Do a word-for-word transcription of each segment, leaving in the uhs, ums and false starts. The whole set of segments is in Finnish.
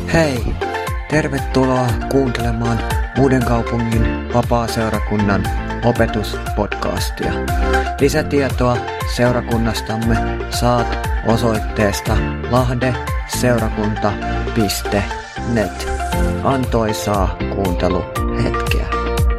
Hei! Tervetuloa kuuntelemaan Uudenkaupungin vapaa-seurakunnan opetuspodcastia. Lisätietoa seurakunnastamme saat osoitteesta lahdeseurakunta piste net. Antoisaa kuunteluhetkeä.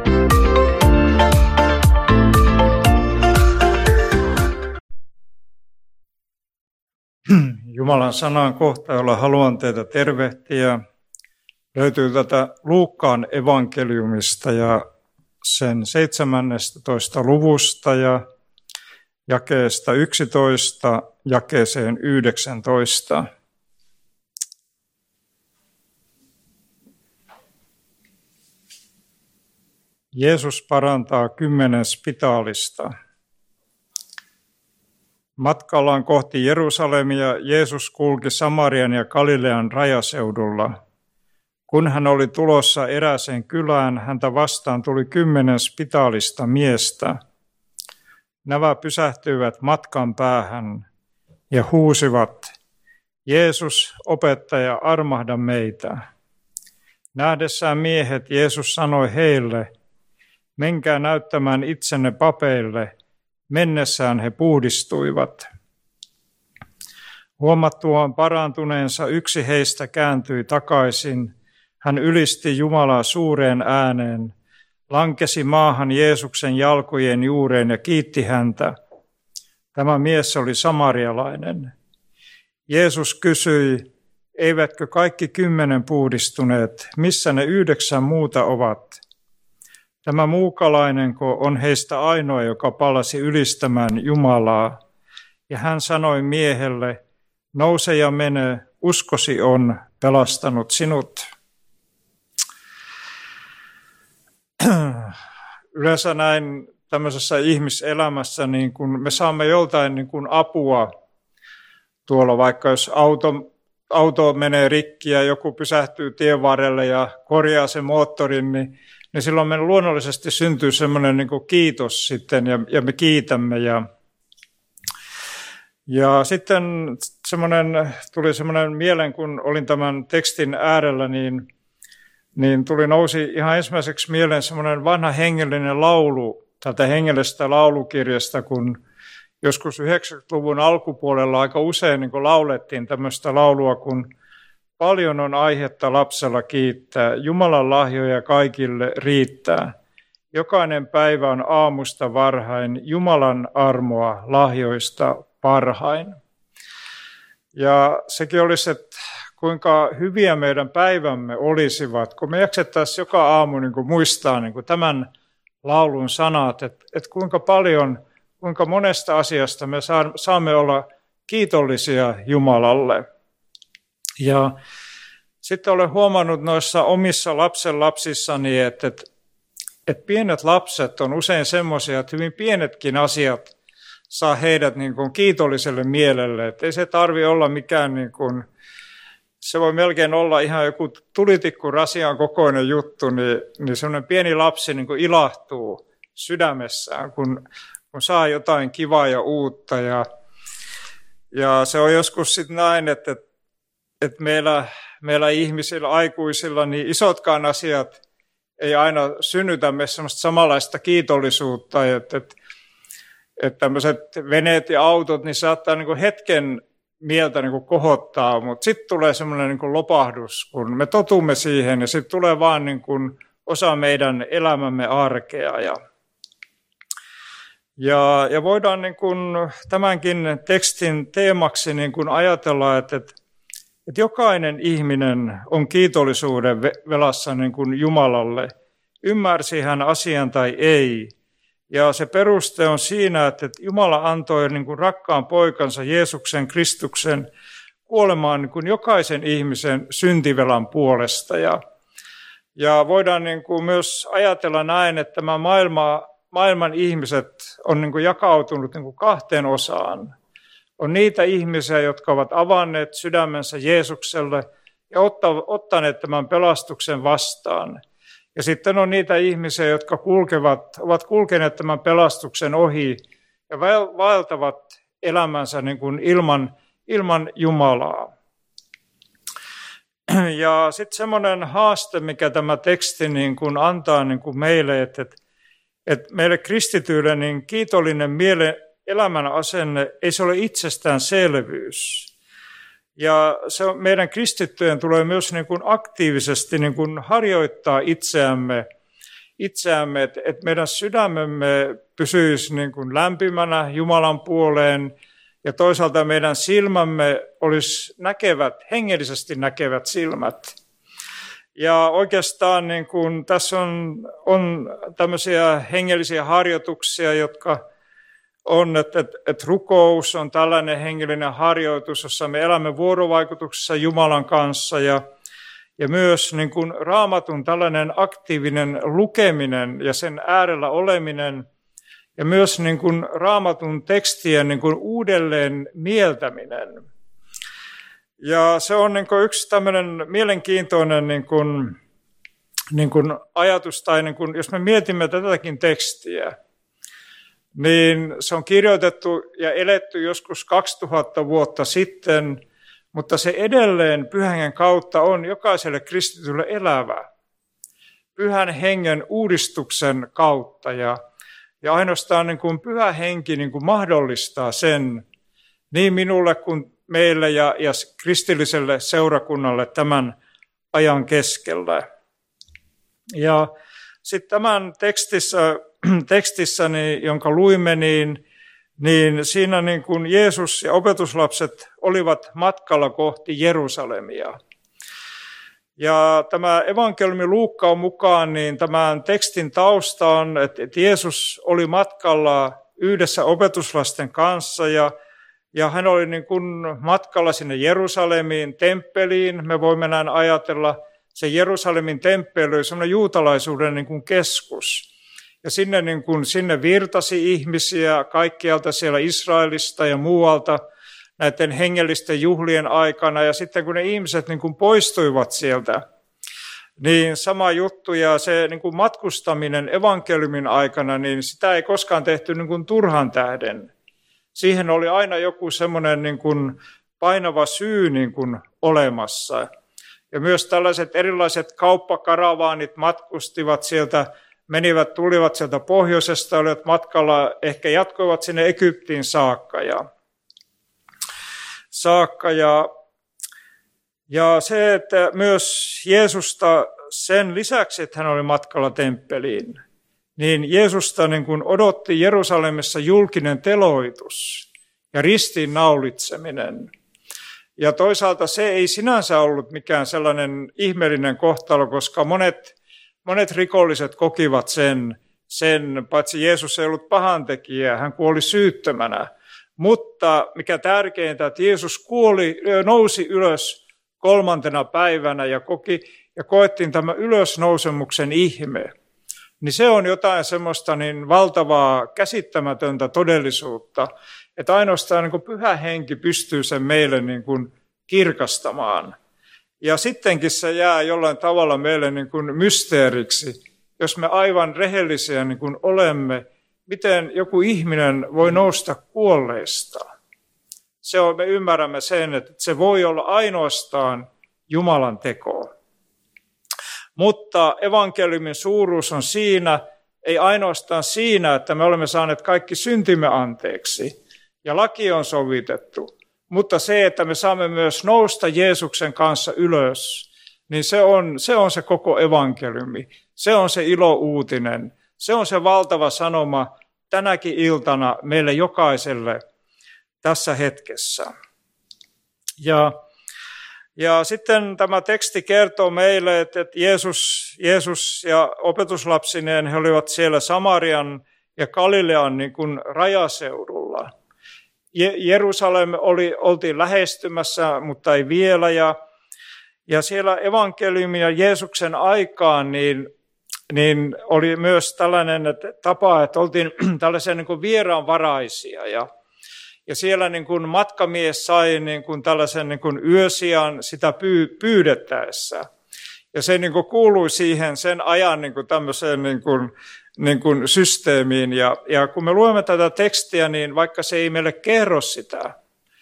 Jumalan sanan kohta, jolla haluan teitä tervehtiä, löytyy tätä Luukkaan evankeliumista ja sen seitsemännestätoista luvusta ja jakeesta yksitoista jakeeseen yhdeksäntoista. Jeesus parantaa kymmenen spitaalista. Matkallaan kohti Jerusalemia Jeesus kulki Samarian ja Galilean rajaseudulla. Kun hän oli tulossa erääseen kylään, häntä vastaan tuli kymmenen spitaalista miestä. Nämä pysähtyivät matkan päähän ja huusivat, Jeesus, opettaja, armahda meitä. Nähdessään miehet Jeesus sanoi heille, menkää näyttämään itsenne papeille. Mennessään he puhdistuivat. Huomattuaan parantuneensa yksi heistä kääntyi takaisin. Hän ylisti Jumalaa suureen ääneen, lankesi maahan Jeesuksen jalkojen juureen ja kiitti häntä. Tämä mies oli samarialainen. Jeesus kysyi, eivätkö kaikki kymmenen puhdistuneet, missä ne yhdeksän muuta ovat? Tämä muukalainenko on heistä ainoa, joka palasi ylistämään Jumalaa. Ja hän sanoi miehelle, nouse ja mene, uskosi on pelastanut sinut. Yleensä näin tämmöisessä ihmiselämässä, niin kun me saamme joltain niin kun apua tuolla, vaikka jos auto, auto menee rikki ja joku pysähtyy tien varrelle ja korjaa sen moottorin, niin niin silloin meillä luonnollisesti syntyy semmoinen niin kuin kiitos sitten, ja, ja me kiitämme. Ja, ja sitten semmoinen, tuli semmoinen mieleen, kun olin tämän tekstin äärellä, niin, niin tuli nousi ihan ensimmäiseksi mieleen semmoinen vanha hengellinen laulu, tältä hengellisestä laulukirjasta, kun joskus yhdeksänkymmentäluvun alkupuolella aika usein niin kuin laulettiin tämmöistä laulua, kun paljon on aihetta lapsella kiittää, Jumalan lahjoja kaikille riittää. Jokainen päivä on aamusta varhain, Jumalan armoa lahjoista parhain. Ja sekin olisi, että kuinka hyviä meidän päivämme olisivat, kun me jaksettaisiin joka aamu niin kuin muistaa niin kuin tämän laulun sanat, että, että kuinka paljon, kuinka monesta asiasta me saamme olla kiitollisia Jumalalle. Ja sitten olen huomannut noissa omissa lapsenlapsissani, että, että, että pienet lapset on usein semmoisia, että hyvin pienetkin asiat saa heidät niin kuin kiitolliselle mielelle. Että ei se tarvitse olla mikään, niin kuin, se voi melkein olla ihan joku tulitikkurasion kokoinen juttu, niin, niin semmoinen pieni lapsi niin kuin ilahtuu sydämessään, kun, kun saa jotain kivaa ja uutta. Ja, ja se on joskus sitten näin, että että meillä, meillä ihmisillä, aikuisilla, niin isotkaan asiat ei aina synnytä meissä semmoista samanlaista kiitollisuutta, että, että, että tämmöiset veneet ja autot, niin saattaa niin kuin hetken mieltä niin kuin kohottaa, mutta sitten tulee semmoinen niin kuin lopahdus, kun me totumme siihen, ja sitten tulee vaan niin kuin osa meidän elämämme arkea. Ja, ja, ja voidaan niin kuin tämänkin tekstin teemaksi niin kuin ajatella, että, että Että jokainen ihminen on kiitollisuuden velassa niin kuin Jumalalle, ymmärsi hän asian tai ei. Ja se peruste on siinä, että Jumala antoi niin kuin rakkaan poikansa Jeesuksen Kristuksen kuolemaan niin kuin jokaisen ihmisen syntivelan puolesta. Ja, ja voidaan niin kuin myös ajatella näin, että tämä maailma, maailman ihmiset on niin kuin jakautunut niin kuin kahteen osaan. On niitä ihmisiä, jotka ovat avanneet sydämensä Jeesukselle ja ottaneet tämän pelastuksen vastaan. Ja sitten on niitä ihmisiä, jotka kulkevat, ovat kulkeneet tämän pelastuksen ohi ja vaeltavat elämänsä niin kuin ilman, ilman Jumalaa. Ja sitten semmoinen haaste, mikä tämä teksti niin kuin antaa niin kuin meille, että, että, että meille kristityille niin kiitollinen mielen elämän asenne ei se ole itsestäänselvyys. Ja se on, meidän kristittyjen tulee myös niin kuin aktiivisesti niin kuin harjoittaa itseämme, itseämme että, että meidän sydämemme pysyisi niin kuin lämpimänä Jumalan puoleen ja toisaalta meidän silmämme olisi näkevät, hengellisesti näkevät silmät. Ja oikeastaan niin kuin, tässä on, on tämmöisiä hengellisiä harjoituksia, jotka on, että, että, että rukous on tällainen hengellinen harjoitus, jossa me elämme vuorovaikutuksessa Jumalan kanssa ja, ja myös niin kuin Raamatun tällainen aktiivinen lukeminen ja sen äärellä oleminen ja myös niin kuin Raamatun tekstien niin kuin uudelleen mieltäminen. Ja se on niin kuin yksi tämmöinen mielenkiintoinen niin kuin, niin kuin ajatus, tai niin kuin, jos me mietimme tätäkin tekstiä, niin se on kirjoitettu ja eletty joskus kaksituhatta vuotta sitten, mutta se edelleen Pyhän Hengen kautta on jokaiselle kristitylle elävä. Pyhän Hengen uudistuksen kautta ja, ja ainoastaan niin kuin Pyhä Henki niin kuin mahdollistaa sen niin minulle kuin meille ja, ja kristilliselle seurakunnalle tämän ajan keskellä. Ja sitten tämän tekstissä, tekstissä niin, jonka luimme, niin, niin siinä niin kuin Jeesus ja opetuslapset olivat matkalla kohti Jerusalemia. Ja tämä evankeliumi Luukkaan mukaan, niin tämän tekstin tausta on, että Jeesus oli matkalla yhdessä opetuslasten kanssa ja, ja hän oli niin kuin matkalla sinne Jerusalemiin, temppeliin. Me voimme näin ajatella, se Jerusalemin temppeli oli semmoinen juutalaisuuden niin kuin keskus. Ja sinne, niin kuin, sinne virtasi ihmisiä kaikkialta siellä Israelista ja muualta näiden hengellisten juhlien aikana. Ja sitten kun ne ihmiset niin kuin poistuivat sieltä, niin sama juttu. Ja se niin kuin matkustaminen evankeliumin aikana, niin sitä ei koskaan tehty niin kuin turhan tähden. Siihen oli aina joku semmoinen niin kuin painava syy niin kuin olemassa. Ja myös tällaiset erilaiset kauppakaravaanit matkustivat sieltä, menivät, tulivat sieltä pohjoisesta, olivat matkalla, ehkä jatkoivat sinne Egyptiin saakka. Ja, saakka ja, ja se, että myös Jeesusta sen lisäksi, että hän oli matkalla temppeliin, niin Jeesusta niin kuin odotti Jerusalemissa julkinen teloitus ja ristiin naulitseminen. Ja toisaalta se ei sinänsä ollut mikään sellainen ihmeellinen kohtalo, koska monet, monet rikolliset kokivat sen, sen, paitsi Jeesus ei ollut pahantekijä, hän kuoli syyttömänä. Mutta mikä tärkeintä, että Jeesus kuoli, nousi ylös kolmantena päivänä ja, koki, ja koettiin tämä ylösnousemuksen ihme. Niin se on jotain semmoista niin valtavaa, käsittämätöntä todellisuutta, että ainoastaan niin kuin Pyhä Henki pystyy sen meille niin kuin kirkastamaan. Ja sittenkin se jää jollain tavalla meille niin kuin mysteeriksi, jos me aivan rehellisiä niin kuin olemme, miten joku ihminen voi nousta kuolleista. Se on, me ymmärrämme sen, että se voi olla ainoastaan Jumalan teko. Mutta evankeliumin suuruus on siinä, ei ainoastaan siinä, että me olemme saaneet kaikki syntimme anteeksi ja laki on sovitettu, mutta se, että me saamme myös nousta Jeesuksen kanssa ylös, niin se on se, on se koko evankeliumi. Se on se ilouutinen. Se on se valtava sanoma tänäkin iltana meille jokaiselle tässä hetkessä. Ja Ja sitten tämä teksti kertoo meille, että Jeesus, Jeesus ja opetuslapsineen he olivat siellä Samarian ja Galilean niin kuin rajaseudulla. Jerusalem oli, oltiin lähestymässä, mutta ei vielä. Ja, ja siellä evankeliumin ja Jeesuksen aikaan niin, niin oli myös tällainen että tapa, että oltiin tällaisia niin kuin vieraanvaraisia ja Ja siellä niin kuin matkamies sai niin kuin tällaisen niin kuin yösijan sitä pyydettäessä. Ja se niin kuin kuului siihen sen ajan niin kuin tämmöiseen niin kuin, niin kuin systeemiin. Ja, ja kun me luemme tätä tekstiä, niin vaikka se ei meille kerro sitä,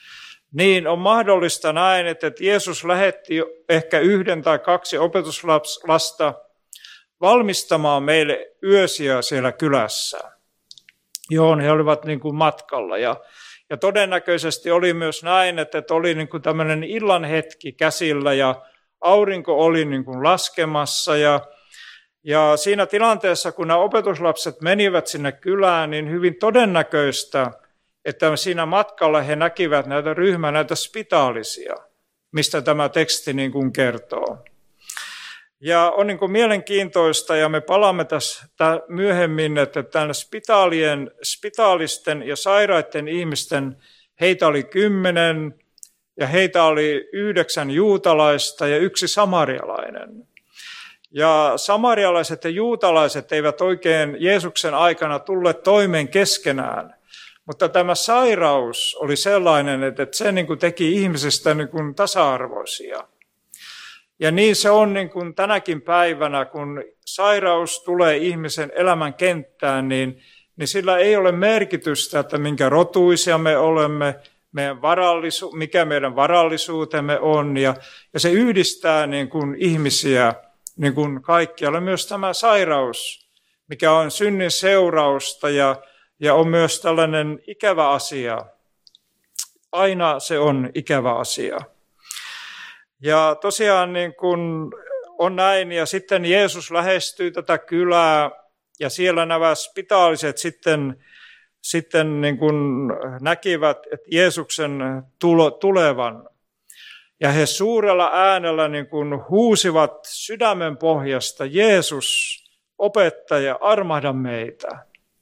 niin on mahdollista näin, että Jeesus lähetti ehkä yhden tai kaksi opetuslasta valmistamaan meille yösiä siellä kylässä, johon he olivat niin kuin matkalla. Ja, ja todennäköisesti oli myös näin, että oli niin kuin tämmöinen illan hetki käsillä ja aurinko oli niin kuin laskemassa. Ja, ja siinä tilanteessa, kun nämä opetuslapset menivät sinne kylään, niin hyvin todennäköistä, että siinä matkalla he näkivät näitä ryhmää, näitä spitaalisia, mistä tämä teksti niin kuin kertoo. Ja on niin kuin mielenkiintoista, ja me palaamme tässä myöhemmin, että tämän spitaalien, spitaalisten ja sairaiden ihmisten, heitä oli kymmenen, ja heitä oli yhdeksän juutalaista ja yksi samarialainen. Ja samarialaiset ja juutalaiset eivät oikein Jeesuksen aikana tulleet toimeen keskenään. Mutta tämä sairaus oli sellainen, että se niin kuin teki ihmisistä niin kuin tasa-arvoisia. Ja niin se on niin kuin tänäkin päivänä, kun sairaus tulee ihmisen elämän kenttään, niin, niin sillä ei ole merkitystä, että minkä rotuisia me olemme, meidän varallisu, mikä meidän varallisuutemme on. Ja, ja se yhdistää niin kuin ihmisiä niin kuin kaikkialla. Myös tämä sairaus, mikä on synnin seurausta ja Ja on myös tällainen ikävä asia. Aina se on ikävä asia. Ja tosiaan niin kuin on näin, ja sitten Jeesus lähestyy tätä kylää, ja siellä nämä spitaaliset sitten, sitten niin kuin näkivät että Jeesuksen tulo, tulevan. Ja he suurella äänellä niin kuin huusivat sydämen pohjasta, Jeesus, opettaja, armahda meitä.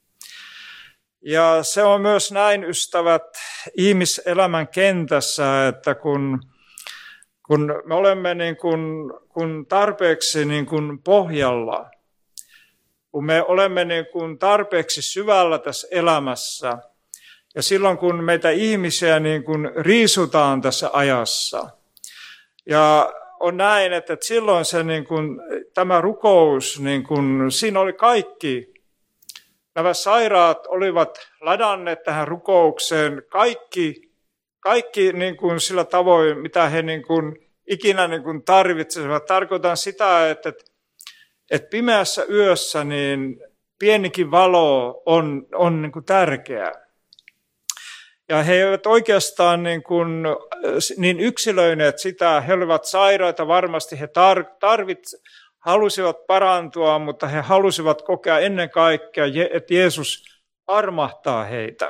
Ja se on myös näin, ystävät, ihmiselämän kentässä, että kun, kun me olemme niin kuin, kun tarpeeksi niin kuin pohjalla, kun me olemme niin kuin tarpeeksi syvällä tässä elämässä, ja silloin kun meitä ihmisiä niin kuin riisutaan tässä ajassa, ja on näin, että silloin se niin kuin, tämä rukous, niin kuin, siinä oli kaikki. Nämä sairaat olivat ladanneet tähän rukoukseen kaikki, kaikki niin kuin sillä tavoin, mitä he niin kuin ikinä niin kuin tarvitsisivat. Tarkoitan sitä, että, että pimeässä yössä niin pienikin valo on, on niin kuin tärkeää. Ja he eivät oikeastaan niin, kuin, niin yksilöineet sitä. He olivat sairaita, varmasti he tarvitsevat. Halusivat parantua, mutta he halusivat kokea ennen kaikkea, että Jeesus armahtaa heitä.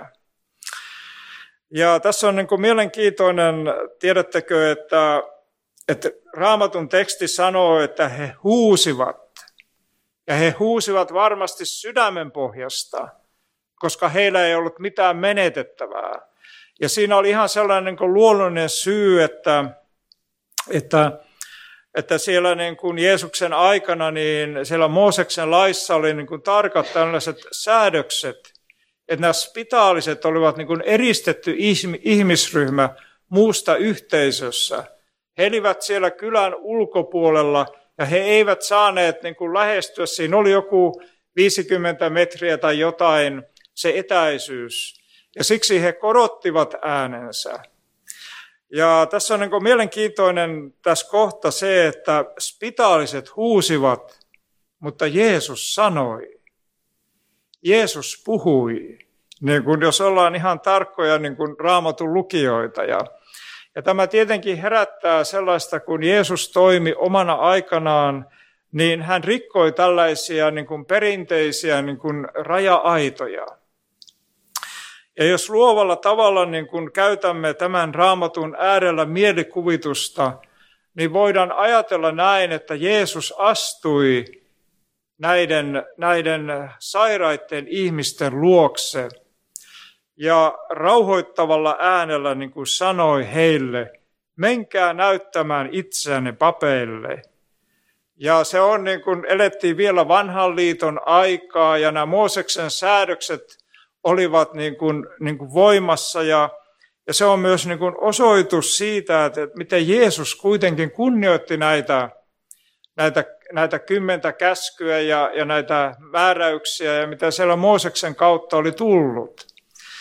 Ja tässä on niin kuin mielenkiintoinen, tiedättekö, että, että Raamatun teksti sanoo, että he huusivat. Ja he huusivat varmasti sydämen pohjasta, koska heillä ei ollut mitään menetettävää. Ja siinä oli ihan sellainen niin kuin luonnollinen syy, että... että Että siellä niin kuin Jeesuksen aikana, niin siellä Mooseksen laissa oli niin kuin tarkat tällaiset säädökset, että nämä spitaaliset olivat niin kuin eristetty ihmisryhmä muusta yhteisössä. He elivät siellä kylän ulkopuolella ja he eivät saaneet niin kuin lähestyä. Siinä oli joku viisikymmentä metriä tai jotain se etäisyys ja siksi he korottivat äänensä. Ja tässä on niin kuin mielenkiintoinen tässä kohta se, että spitaaliset huusivat, mutta Jeesus sanoi. Jeesus puhui, niin kuin jos ollaan ihan tarkkoja niin kuin Raamatun lukijoita. Ja, ja tämä tietenkin herättää sellaista, kun Jeesus toimi omana aikanaan, niin hän rikkoi tällaisia niin kuin perinteisiä niin kuin raja-aitoja. Ja jos luovalla tavalla niin kun käytämme tämän Raamatun äärellä mielikuvitusta, niin voidaan ajatella näin, että Jeesus astui näiden, näiden sairaiden ihmisten luokse ja rauhoittavalla äänellä niin kuin sanoi heille, menkää näyttämään itseänne papeille. Ja se on niin kuin elettiin vielä vanhan liiton aikaa ja nämä Mooseksen säädökset olivat niin kuin, niin kuin voimassa ja, ja se on myös niin kuin osoitus siitä, että, että miten Jeesus kuitenkin kunnioitti näitä, näitä, näitä kymmentä käskyä ja, ja näitä määräyksiä ja mitä siellä Mooseksen kautta oli tullut.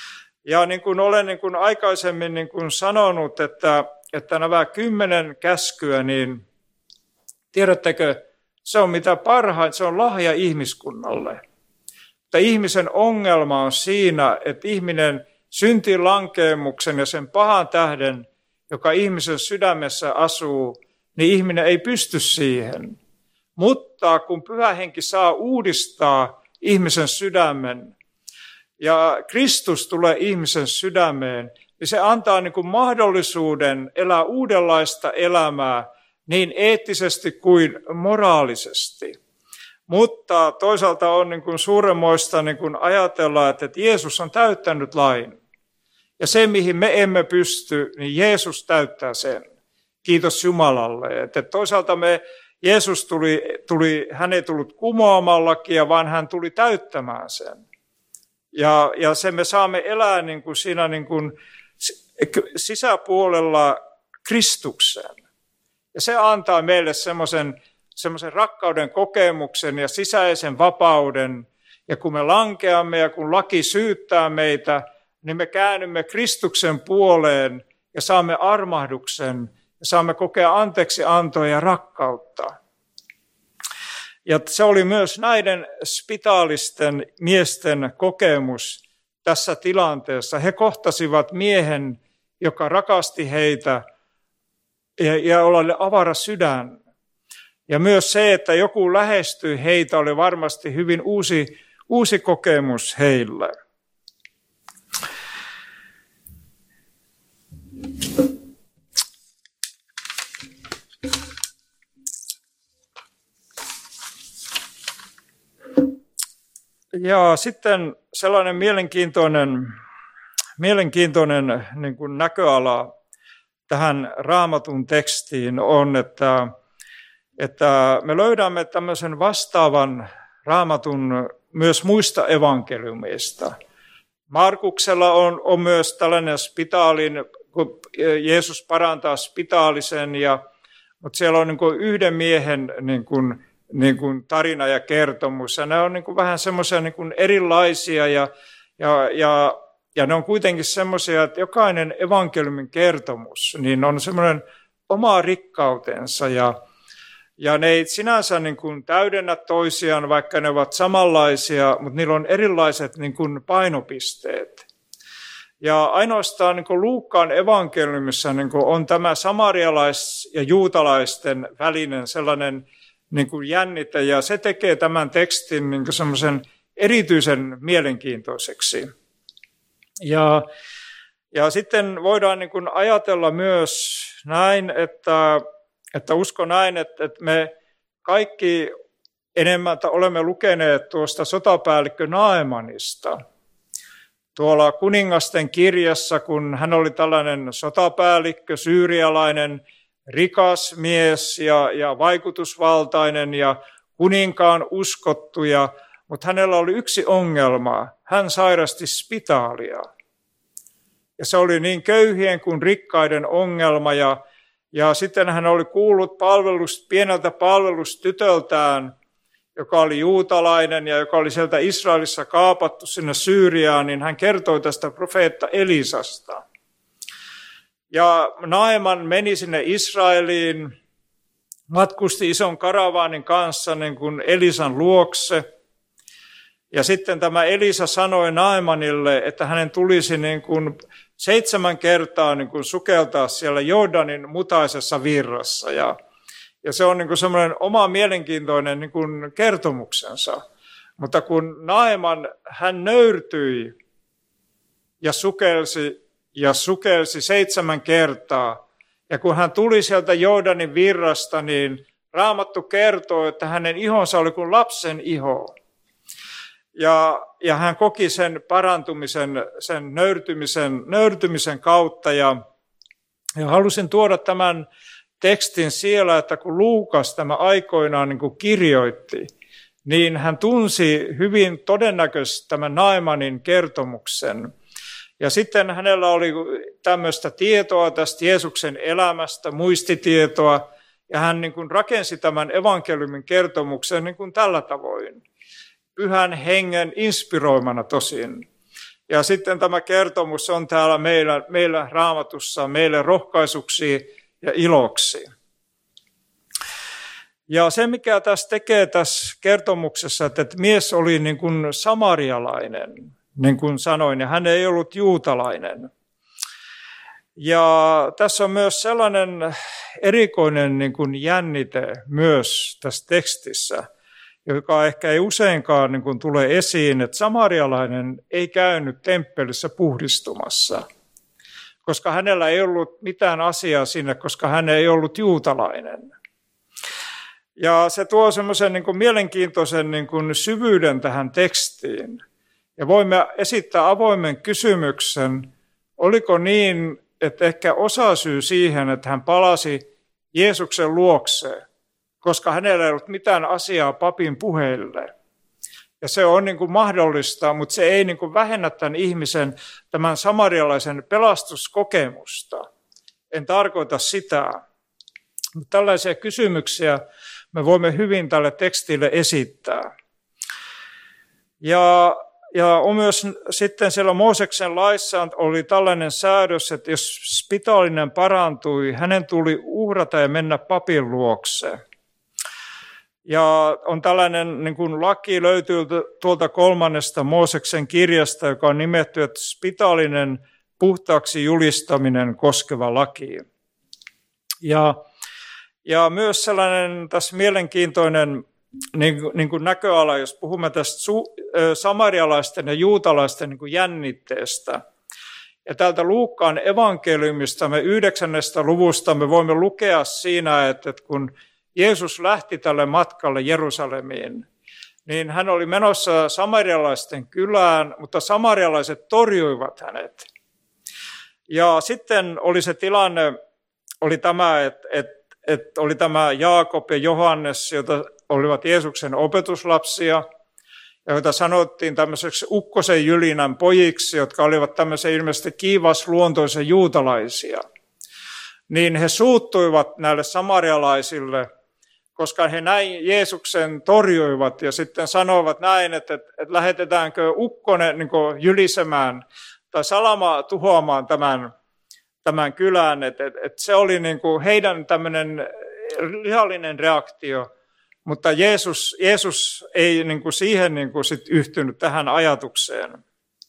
Ja niin kuin olen niin kuin aikaisemmin niin kuin sanonut, että, että nämä kymmenen käskyä, niin tiedättekö, se on mitä parhain, se on lahja ihmiskunnalle. Mutta ihmisen ongelma on siinä, että ihminen syntiin lankeemuksen ja sen pahan tähden, joka ihmisen sydämessä asuu, niin ihminen ei pysty siihen. Mutta kun Pyhä Henki saa uudistaa ihmisen sydämen ja Kristus tulee ihmisen sydämeen, niin se antaa niin kuin mahdollisuuden elää uudenlaista elämää niin eettisesti kuin moraalisesti. Mutta toisaalta on niin kuin suuremmoista niin kuin ajatella, että Jeesus on täyttänyt lain. Ja se, mihin me emme pysty, niin Jeesus täyttää sen. Kiitos Jumalalle. Että toisaalta me, Jeesus tuli, tuli, hän ei tullut kumoamaan lakia, vaan hän tuli täyttämään sen. Ja, ja sen me saamme elää niin kuin siinä niin kuin sisäpuolella Kristuksen. Ja se antaa meille semmoisen, semmoisen rakkauden kokemuksen ja sisäisen vapauden. Ja kun me lankeamme ja kun laki syyttää meitä, niin me käännymme Kristuksen puoleen ja saamme armahduksen ja saamme kokea anteeksi antoa ja rakkautta. Ja se oli myös näiden spitaalisten miesten kokemus tässä tilanteessa. He kohtasivat miehen, joka rakasti heitä ja, ja oli avara sydän. Ja myös se, että joku lähestyi heitä, oli varmasti hyvin uusi, uusi kokemus heille. Ja sitten sellainen mielenkiintoinen, mielenkiintoinen niin kuin näköala tähän Raamatun tekstiin on, että, että me löydämme tämmöisen vastaavan Raamatun myös muista evankeliumeista. Markuksella on, on myös tällainen spitaalin, kun Jeesus parantaa spitaalisen, ja, mutta siellä on niin kuin yhden miehen niin kuin, niin kuin tarina ja kertomus. Ja ne on niin kuin vähän semmoisia niin kuin erilaisia ja, ja, ja, ja ne on kuitenkin semmoisia, että jokainen evankeliumin kertomus niin on semmoinen oma rikkautensa. Ja, ja ne ei sinänsä niin kuin täydennä toisiaan, vaikka ne ovat samanlaisia, mutta niillä on erilaiset niin kuin painopisteet. Ja ainoastaan niin kuin Luukkaan evankeliumissa niin kuin on tämä samarialais- ja juutalaisten välinen sellainen niin kuin jännite, ja se tekee tämän tekstin niin kuin semmoisen erityisen mielenkiintoiseksi. Ja, ja sitten voidaan niin kuin ajatella myös näin, että, että usko näin, että, että me kaikki enemmän olemme lukeneet tuosta sotapäällikkö Naamanista. Tuolla kuningasten kirjassa, kun hän oli tällainen sotapäällikkö, syyrialainen, rikas mies ja, ja vaikutusvaltainen ja kuninkaan uskottu, ja, mutta hänellä oli yksi ongelma. Hän sairasti spitaalia. Ja se oli niin köyhien kuin rikkaiden ongelma, ja, ja sitten hän oli kuullut palvelus, pieneltä palvelustytöltään, joka oli juutalainen ja joka oli sieltä Israelissa kaapattu sinne Syyriaan, niin hän kertoi tästä profeetta Elisasta. Ja Naaman meni sinne Israeliin, matkusti ison karavaanin kanssa niin kuin Elisan luokse. Ja sitten tämä Elisa sanoi Naamanille, että hänen tulisi niin kuin seitsemän kertaa niin kuin sukeltaa siellä Jordanin mutaisessa virrassa. Ja, ja se on niin kuin semmoinen oma mielenkiintoinen niin kuin kertomuksensa. Mutta kun Naaman, hän nöyrtyi ja sukelsi, ja sukelsi seitsemän kertaa. Ja kun hän tuli sieltä Jordanin virrasta, niin Raamattu kertoo, että hänen ihonsa oli kuin lapsen iho. Ja, ja hän koki sen parantumisen, sen nöyrtymisen, nöyrtymisen kautta. Ja, ja halusin tuoda tämän tekstin siellä, että kun Luukas tämä aikoinaan niin kuin kirjoitti, niin hän tunsi hyvin todennäköisesti tämän Naamanin kertomuksen. Ja sitten hänellä oli tämmöistä tietoa tästä Jeesuksen elämästä, muistitietoa, ja hän niin kuin rakensi tämän evankeliumin kertomuksen niin kuin tällä tavoin, Pyhän Hengen inspiroimana tosin. Ja sitten tämä kertomus on täällä meillä, meillä Raamatussa, meille rohkaisuksi ja iloksi. Ja se, mikä tässä tekee tässä kertomuksessa, että mies oli niin kuin samarialainen, niin kuin sanoin, ja hän ei ollut juutalainen. Ja tässä on myös sellainen erikoinen niin kuin jännite myös tässä tekstissä, joka ehkä ei useinkaan niin kuin tule esiin, että samarialainen ei käynyt temppelissä puhdistumassa, koska hänellä ei ollut mitään asiaa sinne, koska hän ei ollut juutalainen. Ja se tuo semmoisen niin kuin mielenkiintoisen niin kuin syvyyden tähän tekstiin. Ja voimme esittää avoimen kysymyksen, oliko niin, että ehkä osasyy siihen, että hän palasi Jeesuksen luokse, koska hänellä ei ollut mitään asiaa papin puheille. Ja se on niin kuin mahdollista, mutta se ei niin kuin vähennä tämän ihmisen, tämän samarialaisen pelastuskokemusta. En tarkoita sitä. Mutta tällaisia kysymyksiä me voimme hyvin tälle tekstille esittää. Ja, ja on myös sitten siellä Mooseksen laissa oli tällainen säädös, että jos spitaalinen parantui, hänen tuli uhrata ja mennä papin luokse. Ja on tällainen niin kuin laki löytyy tuolta kolmannesta Mooseksen kirjasta, joka on nimetty, että spitaalinen puhtaaksi julistaminen koskeva laki. Ja, ja myös sellainen tässä mielenkiintoinen niin, niin kuin näköala, jos puhumme tästä su, samarialaisten ja juutalaisten niin kuin jännitteestä. Ja täältä Luukkaan evankeliumista me yhdeksännestä luvusta me voimme lukea siinä, että kun Jeesus lähti tälle matkalle Jerusalemiin, niin hän oli menossa samarialaisten kylään, mutta samarialaiset torjuivat hänet. Ja sitten oli se tilanne, oli tämä, että, että, että oli tämä Jaakob ja Johannes, joita olivat Jeesuksen opetuslapsia, joita sanottiin tämmöiseksi ukkosen jylinän pojiksi, jotka olivat tämmöisiä ilmeisesti kiivasluontoisia juutalaisia. Niin he suuttuivat näille samarialaisille, koska he näin Jeesuksen torjuivat ja sitten sanoivat näin, että, että, että lähetetäänkö ukkonen niin kuin jylisemään tai salama tuhoamaan tämän, tämän kylän. Että, että, että se oli niin kuin heidän tämmöinen lihallinen reaktio, mutta Jeesus, Jeesus ei niin kuin siihen niin kuin sit yhtynyt tähän ajatukseen.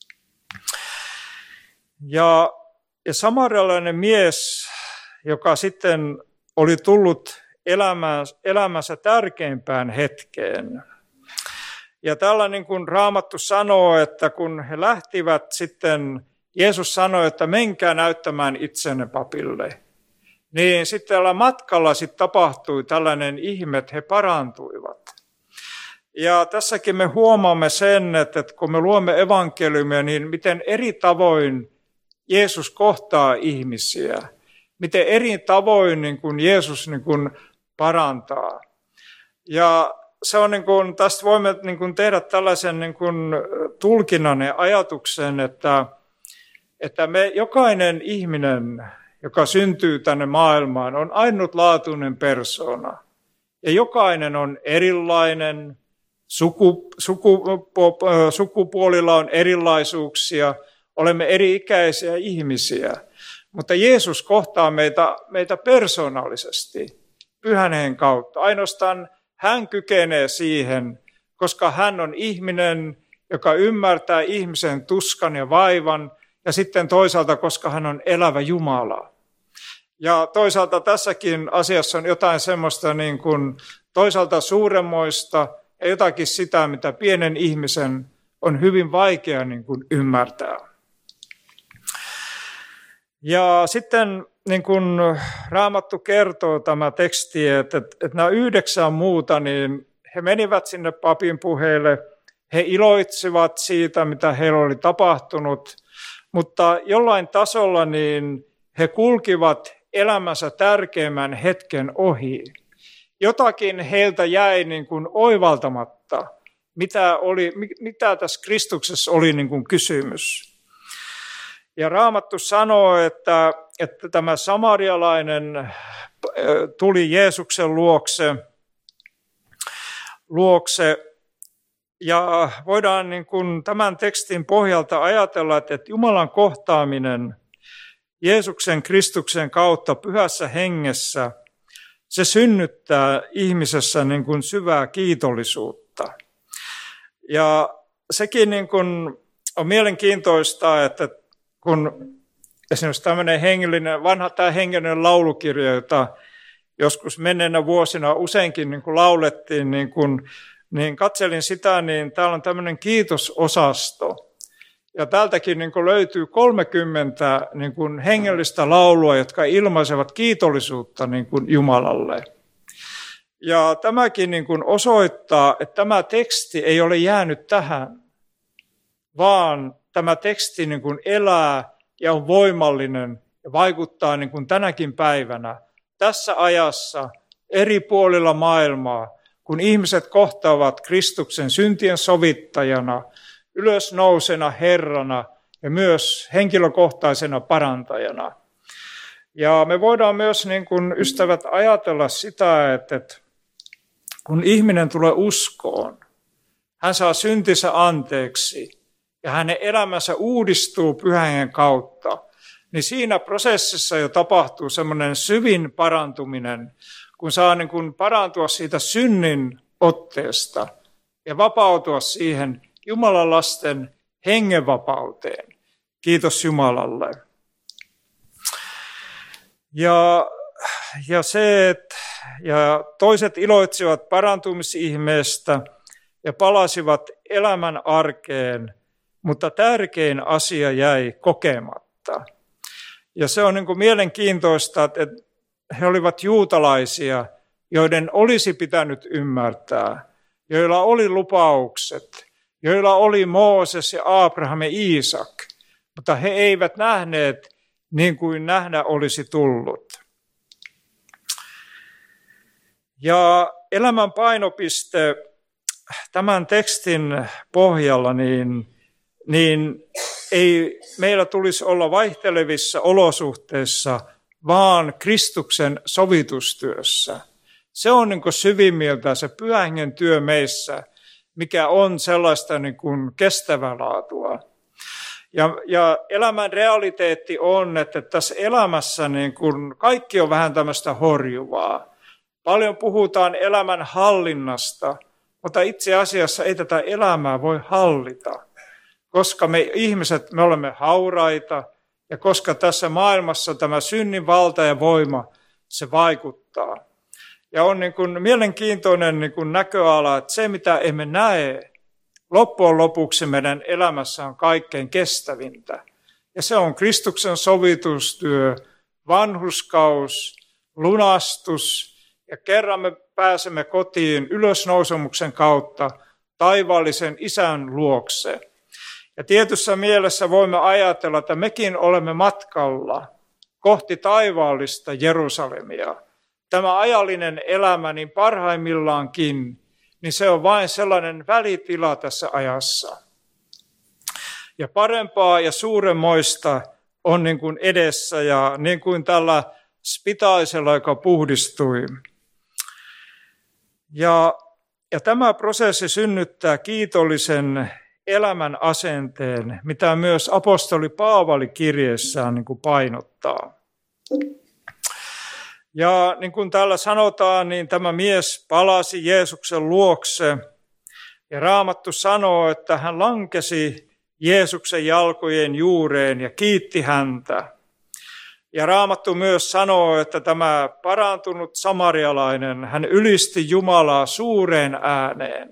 Ja, ja samarialainen mies, joka sitten oli tullut elämänsä tärkeimpään hetkeen. Ja tällä niin kuin Raamattu sanoo, että kun he lähtivät sitten, Jeesus sanoi, että menkää näyttämään itsenne papille. Niin sitten tällä matkalla sitten tapahtui tällainen ihme, että he parantuivat. Ja tässäkin me huomaamme sen, että kun me luomme evankeliumia, niin miten eri tavoin Jeesus kohtaa ihmisiä. Miten eri tavoin niin kuin Jeesus niin kuin parantaa. Ja se on niin kuin, tästä voimme niin kuin tehdä tällaisen niin kuin tulkinnan ja ajatuksen, että, että me jokainen ihminen, joka syntyy tänne maailmaan, on ainutlaatuinen persoona. Ja jokainen on erilainen, suku, suku, sukupuolilla on erilaisuuksia, olemme eri-ikäisiä ihmisiä. Mutta Jeesus kohtaa meitä, meitä persoonallisesti Pyhän Hengen kautta. Ainoastaan hän kykenee siihen, koska hän on ihminen, joka ymmärtää ihmisen tuskan ja vaivan, ja sitten toisaalta, koska hän on elävä Jumala. Ja toisaalta tässäkin asiassa on jotain semmoista niin kuin toisaalta suuremmoista ja jotakin sitä, mitä pienen ihmisen on hyvin vaikea niin kuin ymmärtää. Ja sitten niin kuin Raamattu kertoo tämä teksti, että, että nämä yhdeksän muuta, niin he menivät sinne papin puheille, he iloitsivat siitä, mitä heillä oli tapahtunut, mutta jollain tasolla niin he kulkivat elämänsä tärkeimmän hetken ohi. Jotakin heiltä jäi niin kuin oivaltamatta, mitä, oli, mitä tässä Kristuksessa oli niin kuin kysymys. Ja Raamattu sanoo, että, että tämä samarialainen tuli Jeesuksen luokse, luokse Ja voidaan niin kuin tämän tekstin pohjalta ajatella, että Jumalan kohtaaminen Jeesuksen Kristuksen kautta pyhässä hengessä, se synnyttää ihmisessä niin kuin syvää kiitollisuutta. Ja sekin niin kuin on mielenkiintoista, että kun esimerkiksi tämmöinen hengellinen, vanha tämä hengellinen laulukirja, jota joskus menneenä vuosina useinkin niin kuin laulettiin, niin, kuin, niin katselin sitä, niin täällä on tämmöinen kiitososasto. Ja täältäkin niin kuin löytyy kolmekymmentä niin kuin hengellistä laulua, jotka ilmaisevat kiitollisuutta niin kuin Jumalalle. Ja tämäkin niin kuin osoittaa, että tämä teksti ei ole jäänyt tähän, vaan tämä teksti niin kuin elää ja on voimallinen ja vaikuttaa niin kuin tänäkin päivänä, tässä ajassa, eri puolilla maailmaa, kun ihmiset kohtaavat Kristuksen syntien sovittajana, ylösnousena Herrana ja myös henkilökohtaisena parantajana. Ja me voidaan myös, niin kuin ystävät, ajatella sitä, että kun ihminen tulee uskoon, hän saa syntinsä anteeksi ja hänen elämänsä uudistuu Pyhän Hengen kautta, niin siinä prosessissa jo tapahtuu semmoinen syvin parantuminen, kun saa niin kuin parantua siitä synnin otteesta ja vapautua siihen Jumalan lasten hengenvapauteen. Kiitos Jumalalle. Ja, ja, se, että, ja toiset iloitsivat parantumisihmeestä ja palasivat elämän arkeen, mutta tärkein asia jäi kokematta. Ja se on niin kuin mielenkiintoista, että he olivat juutalaisia, joiden olisi pitänyt ymmärtää, joilla oli lupaukset, joilla oli Mooses ja Abraham ja Iisak, mutta he eivät nähneet niin kuin nähdä olisi tullut. Ja elämän painopiste tämän tekstin pohjalla, niin, niin ei meillä tulisi olla vaihtelevissa olosuhteissa, vaan Kristuksen sovitustyössä. Se on niin kuin syvimmiltä se Pyhän Hengen työ meissä, mikä on sellaista niin kuin kestävää laatua. Ja, ja elämän realiteetti on, että tässä elämässä niin kuin kaikki on vähän tämmöistä horjuvaa. Paljon puhutaan elämän hallinnasta, mutta itse asiassa ei tätä elämää voi hallita, koska me ihmiset, me olemme hauraita, ja koska tässä maailmassa tämä synnin valta ja voima, se vaikuttaa. Ja on niin kuin mielenkiintoinen niin kuin näköala, että se mitä emme näe, loppujen lopuksi meidän elämässä on kaikkein kestävintä. Ja se on Kristuksen sovitustyö, vanhurskaus, lunastus, ja kerran me pääsemme kotiin ylösnousemuksen kautta taivaallisen Isän luokse. Ja tietyssä mielessä voimme ajatella, että mekin olemme matkalla kohti taivaallista Jerusalemia. Tämä ajallinen elämä niin parhaimmillaankin, niin se on vain sellainen välitila tässä ajassa. Ja parempaa ja suuremmoista on niin kuin edessä ja niin kuin tällä spitaisella, joka puhdistui. Ja, ja tämä prosessi synnyttää kiitollisen elämän asenteen, mitä myös apostoli Paavali kirjeessään niin kuin painottaa. Ja niin kuin täällä sanotaan, niin tämä mies palasi Jeesuksen luokse ja Raamattu sanoo, että hän lankesi Jeesuksen jalkojen juureen ja kiitti häntä. Ja Raamattu myös sanoo, että tämä parantunut samarialainen, hän ylisti Jumalaa suureen ääneen.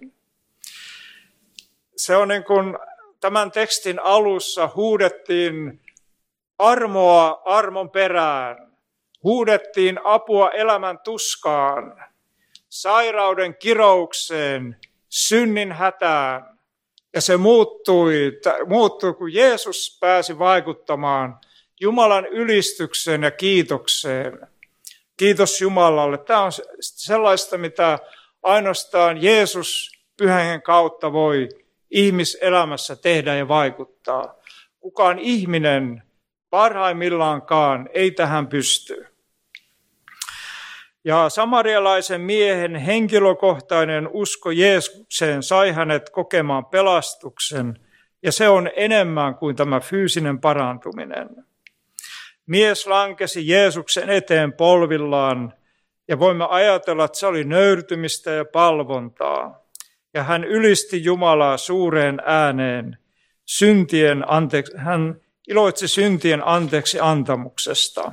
Se on niin kuin tämän tekstin alussa huudettiin armoa armon perään. Huudettiin apua elämän tuskaan, sairauden kiroukseen, synnin hätään. Ja se muuttui, muuttui, kun Jeesus pääsi vaikuttamaan Jumalan ylistykseen ja kiitokseen. Kiitos Jumalalle. Tämä on sellaista, mitä ainoastaan Jeesus Pyhän Hengen kautta voi ihmiselämässä tehdä ja vaikuttaa. Kukaan ihminen parhaimmillaankaan ei tähän pysty. Ja samarialaisen miehen henkilökohtainen usko Jeesukseen sai hänet kokemaan pelastuksen, ja se on enemmän kuin tämä fyysinen parantuminen. Mies lankesi Jeesuksen eteen polvillaan, ja voimme ajatella, että se oli nöyrtymistä ja palvontaa. Ja hän ylisti Jumalaa suureen ääneen. Syntien anteeksi, hän iloitsi syntien anteeksi antamuksesta.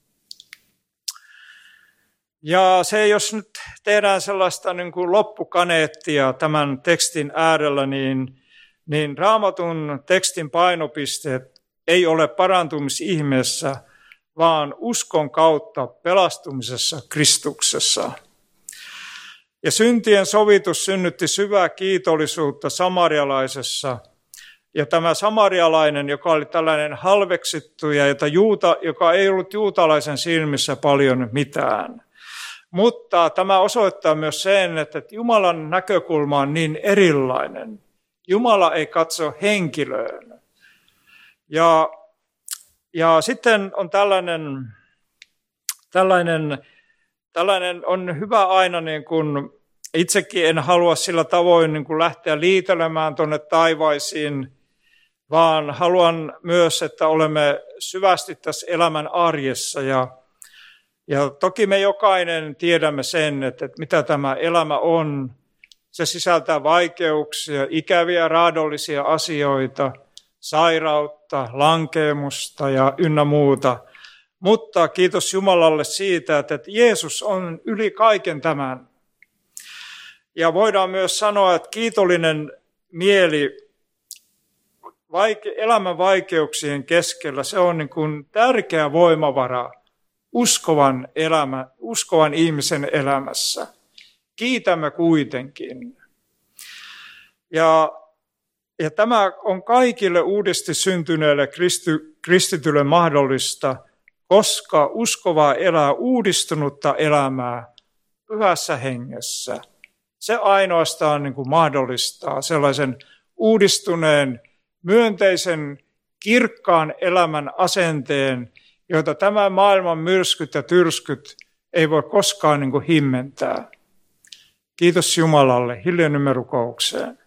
Ja se, jos nyt tehdään sellaista niin kuin loppukaneettia tämän tekstin äärellä, niin, niin Raamatun tekstin painopisteet ei ole parantumisihmeessä, vaan uskon kautta pelastumisessa Kristuksessa. Ja syntien sovitus synnytti syvää kiitollisuutta samarialaisessa. Ja tämä samarialainen, joka oli tällainen halveksittu ja jota juuta, joka ei ollut juutalaisen silmissä paljon mitään. Mutta tämä osoittaa myös sen, että Jumalan näkökulma on niin erilainen. Jumala ei katso henkilöön. Ja, ja sitten on tällainen, tällainen, tällainen on hyvä aina, niin kuin itsekin en halua sillä tavoin niin kuin lähteä liitelemään tuonne taivaisiin, vaan haluan myös, että olemme syvästi tässä elämän arjessa. Ja, ja toki me jokainen tiedämme sen, että, että mitä tämä elämä on. Se sisältää vaikeuksia, ikäviä, raadollisia asioita, sairautta, lankeemusta ja ynnä muuta. Mutta kiitos Jumalalle siitä, että Jeesus on yli kaiken tämän. Ja voidaan myös sanoa, että kiitollinen mieli vaike- elämän vaikeuksien keskellä, se on niin kuin tärkeä voimavara uskovan, elämä, uskovan ihmisen elämässä. Kiitämme kuitenkin. Ja, ja tämä on kaikille uudesti syntyneille kristy, kristityille mahdollista, koska uskova elää uudistunutta elämää pyhässä hengessä. Se ainoastaan niin kuin mahdollistaa sellaisen uudistuneen, myönteisen, kirkkaan elämän asenteen, joita tämän maailman myrskyt ja tyrskyt ei voi koskaan niin kuin himmentää. Kiitos Jumalalle. Hiljennymme rukoukseen.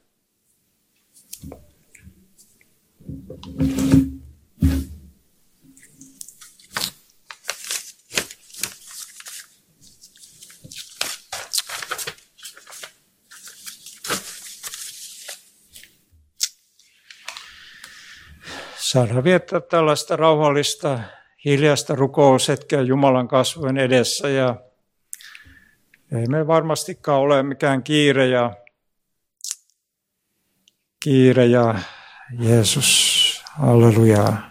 Saadaan viettää tällaista rauhallista, hiljaista rukoushetkeä Jumalan kasvojen edessä. Ja ei me varmastikaan ole mikään kiire ja, kiire ja Jeesus, halleluja.